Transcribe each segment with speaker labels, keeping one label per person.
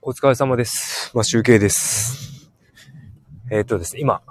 Speaker 1: お疲れ様です。集計です。ですね、今、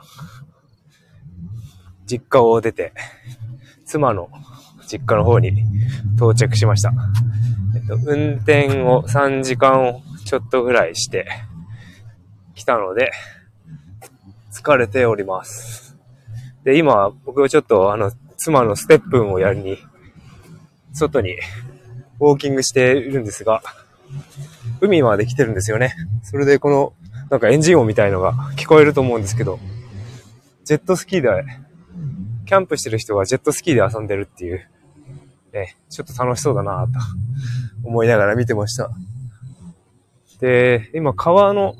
Speaker 1: 実家を出て、妻の実家の方に到着しました。運転を3時間ちょっとぐらいしてきたので、疲れております。で、今、僕はちょっと妻のステップンをやりに、外にウォーキングしているんですが、海まで来てるんですよね。それでこの、なんかエンジン音みたいのが聞こえると思うんですけど、ジェットスキーで、キャンプしてる人がジェットスキーで遊んでるっていう、ちょっと楽しそうだなと思いながら見てました。で、今川の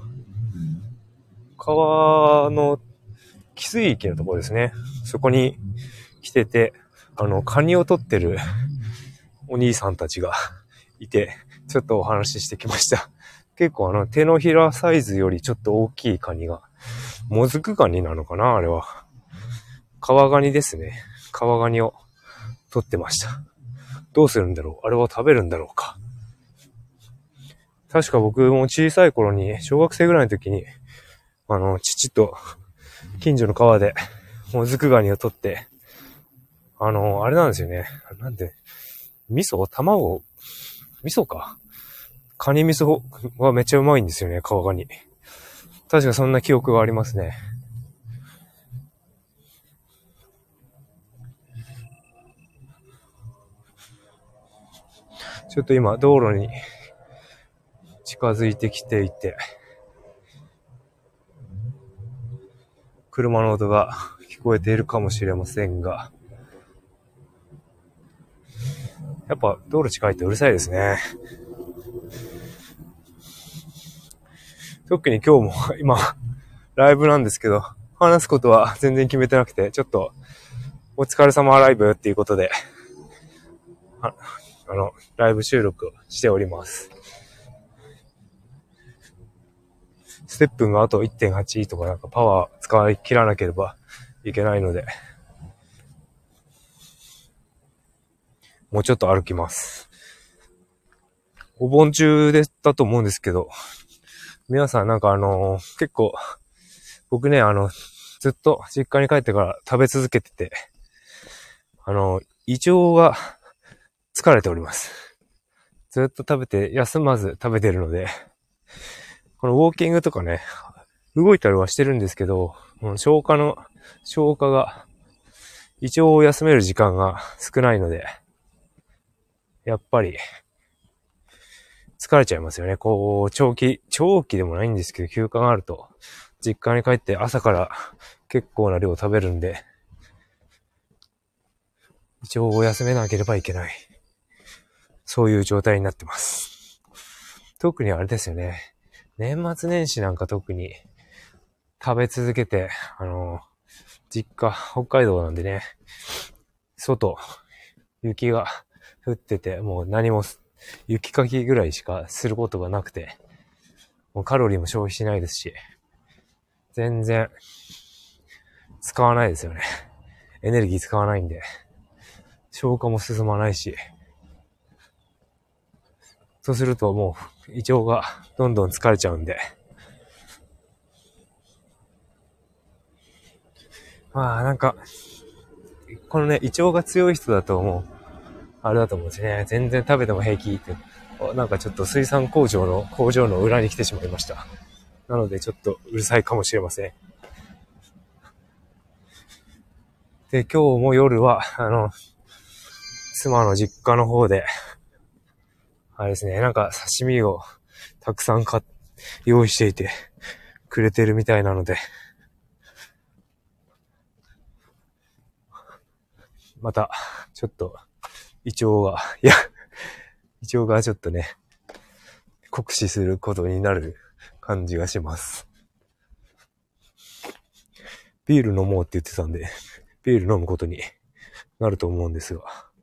Speaker 1: 汽水域のところですね。そこに来てて、カニを取ってるお兄さんたちがいて、ちょっとお話ししてきました。結構手のひらサイズよりちょっと大きいカニが、もずくカニなのかなあれは。川ガニですね。川ガニを取ってました。どうするんだろう、あれは食べるんだろうか。確か僕も小さい頃に、小学生ぐらいの時に、父と近所の川でもずくガニを取って、あれなんですよね。なんで、味噌か。カニ味噌はめっちゃうまいんですよね、川ガニ。確かそんな記憶がありますね。ちょっと今道路に近づいてきていて、車の音が聞こえているかもしれませんが、やっぱ道路近いとうるさいですね。特に今日も今ライブなんですけど、話すことは全然決めてなくて、ちょっとお疲れ様ライブっていうことで、ライブ収録をしております。ステップンがあと 1.8 とかなんかパワー使い切らなければいけないので、もうちょっと歩きます。お盆中だったと思うんですけど、皆さんなんか結構、僕ね、ずっと実家に帰ってから食べ続けてて、胃腸が疲れております。ずっと食べて、休まず食べてるので、このウォーキングとかね、動いたりはしてるんですけど、消化が、胃腸を休める時間が少ないので、やっぱり、疲れちゃいますよね。こう、長期でもないんですけど、休暇があると、実家に帰って朝から結構な量食べるんで、胃腸を休めなければいけない。そういう状態になってます。特にあれですよね。年末年始なんか特に食べ続けて、実家、北海道なんでね、外、雪が降ってて、もう何も雪かきぐらいしかすることがなくて、もうカロリーも消費しないですし、全然使わないですよね。エネルギー使わないんで、消化も進まないし、そうするともう胃腸がどんどん疲れちゃうんで、まあなんか、このね、胃腸が強い人だともう、あれだと思うんですね。全然食べても平気って。なんかちょっと水産工場の裏に来てしまいました。なのでちょっとうるさいかもしれません。で、今日も夜は、妻の実家の方で、あれですね、なんか刺身をたくさん用意していてくれてるみたいなので、また、ちょっと、胃腸がちょっとね、酷使することになる感じがします。ビール飲もうって言ってたんで、ビール飲むことになると思うんですが。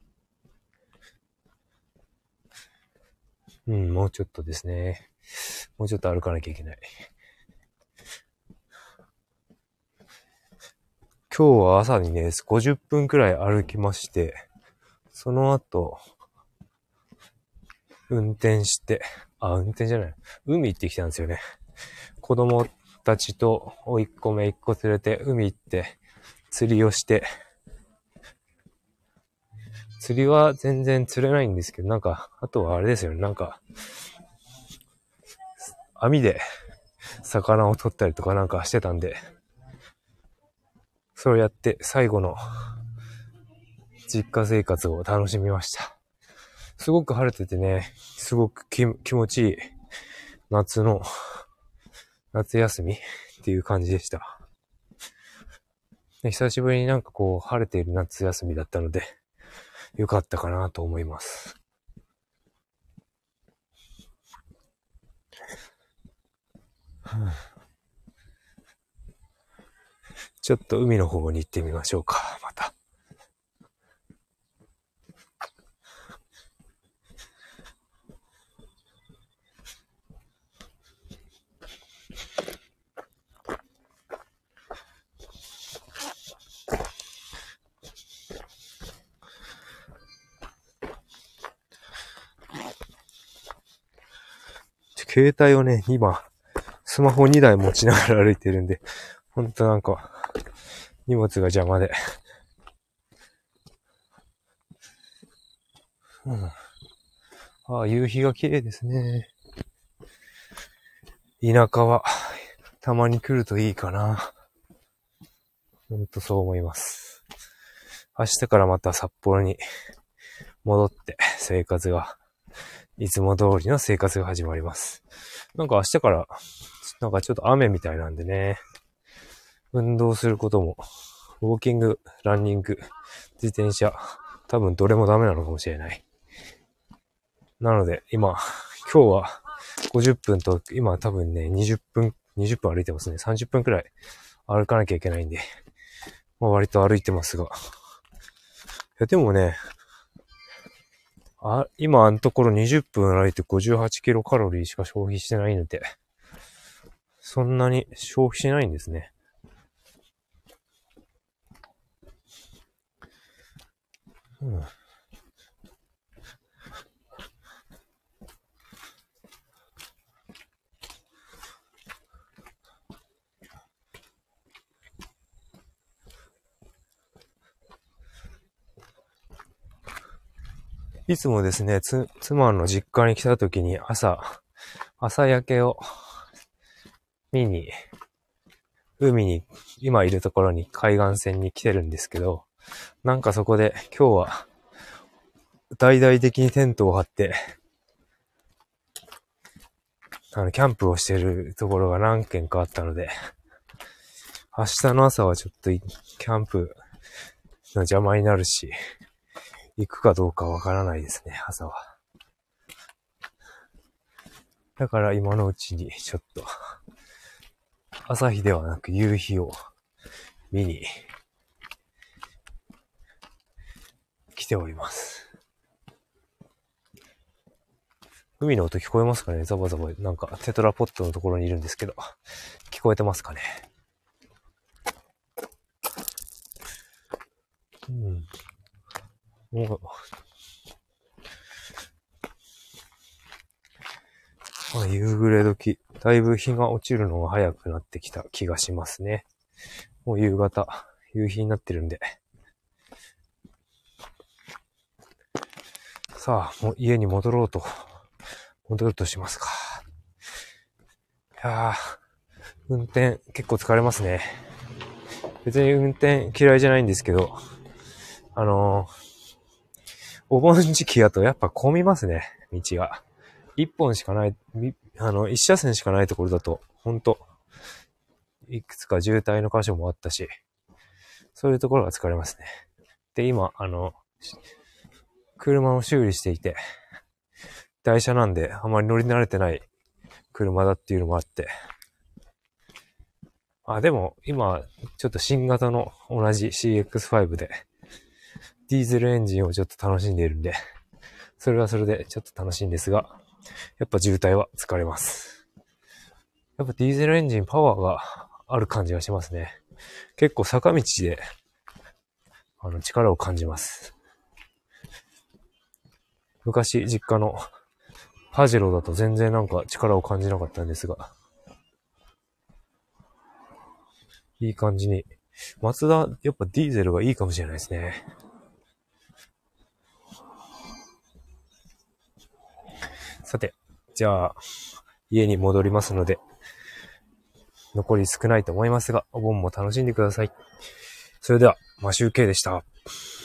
Speaker 1: もうちょっとですね。もうちょっと歩かなきゃいけない。今日は朝にね、50分くらい歩きまして、その後、運転して、 運転じゃない。海行ってきたんですよね。子供たちと甥っ子姪っ子連れて海行って釣りをして、釣りは全然釣れないんですけど、あとはあれですよね。網で魚を取ったりとかしてたんで、それをやって最後の実家生活を楽しみました。すごく晴れててね、すごく気持ちいい夏休みっていう感じでした。久しぶりに晴れている夏休みだったので、よかったかなと思います。ちょっと海の方に行ってみましょうか、また。携帯をね、今、スマホ2台持ちながら歩いてるんで、ほんと荷物が邪魔で。夕日が綺麗ですね。田舎は、たまに来るといいかな。ほんとそう思います。明日からまた札幌に戻っていつも通りの生活が始まります。明日から、ちょっと雨みたいなんでね、運動することも、ウォーキング、ランニング、自転車、多分どれもダメなのかもしれない。なので、今日は50分と、今多分ね、20分歩いてますね。30分くらい歩かなきゃいけないんで、割と歩いてますが。いや、でもね、今のところ20分歩いて58キロカロリーしか消費してないので、そんなに消費しないんですね。いつもですね、妻の実家に来た時に朝焼けを見に、海に、今いるところに海岸線に来てるんですけど、そこで今日は大々的にテントを張って、キャンプをしてるところが何軒かあったので、明日の朝はちょっとキャンプの邪魔になるし、行くかどうかわからないですね、朝は。だから今のうちにちょっと、朝日ではなく夕日を見に来ております。海の音聞こえますかね？ザバザバ、テトラポットのところにいるんですけど、聞こえてますかね？夕暮れ時、だいぶ日が落ちるのが早くなってきた気がしますね。もう夕日になってるんで。さあ、もう家に戻ろうとしますか。いやー、運転結構疲れますね。別に運転嫌いじゃないんですけど、お盆時期やとやっぱ混みますね、道が。一車線しかないところだと、ほんと、いくつか渋滞の箇所もあったし、そういうところが疲れますね。で、今、車を修理していて、台車なんであまり乗り慣れてない車だっていうのもあって、でも今ちょっと新型の同じ CX5 でディーゼルエンジンをちょっと楽しんでいるんで、それはそれでちょっと楽しいんですが、やっぱ渋滞は疲れます。やっぱディーゼルエンジンパワーがある感じがしますね。結構坂道で力を感じます。昔実家のパジェロだと全然なんか力を感じなかったんですが、いい感じに。マツダ、やっぱディーゼルがいいかもしれないですね。さて、じゃあ、家に戻りますので、残り少ないと思いますが、お盆も楽しんでください。それでは、マシュウケイでした。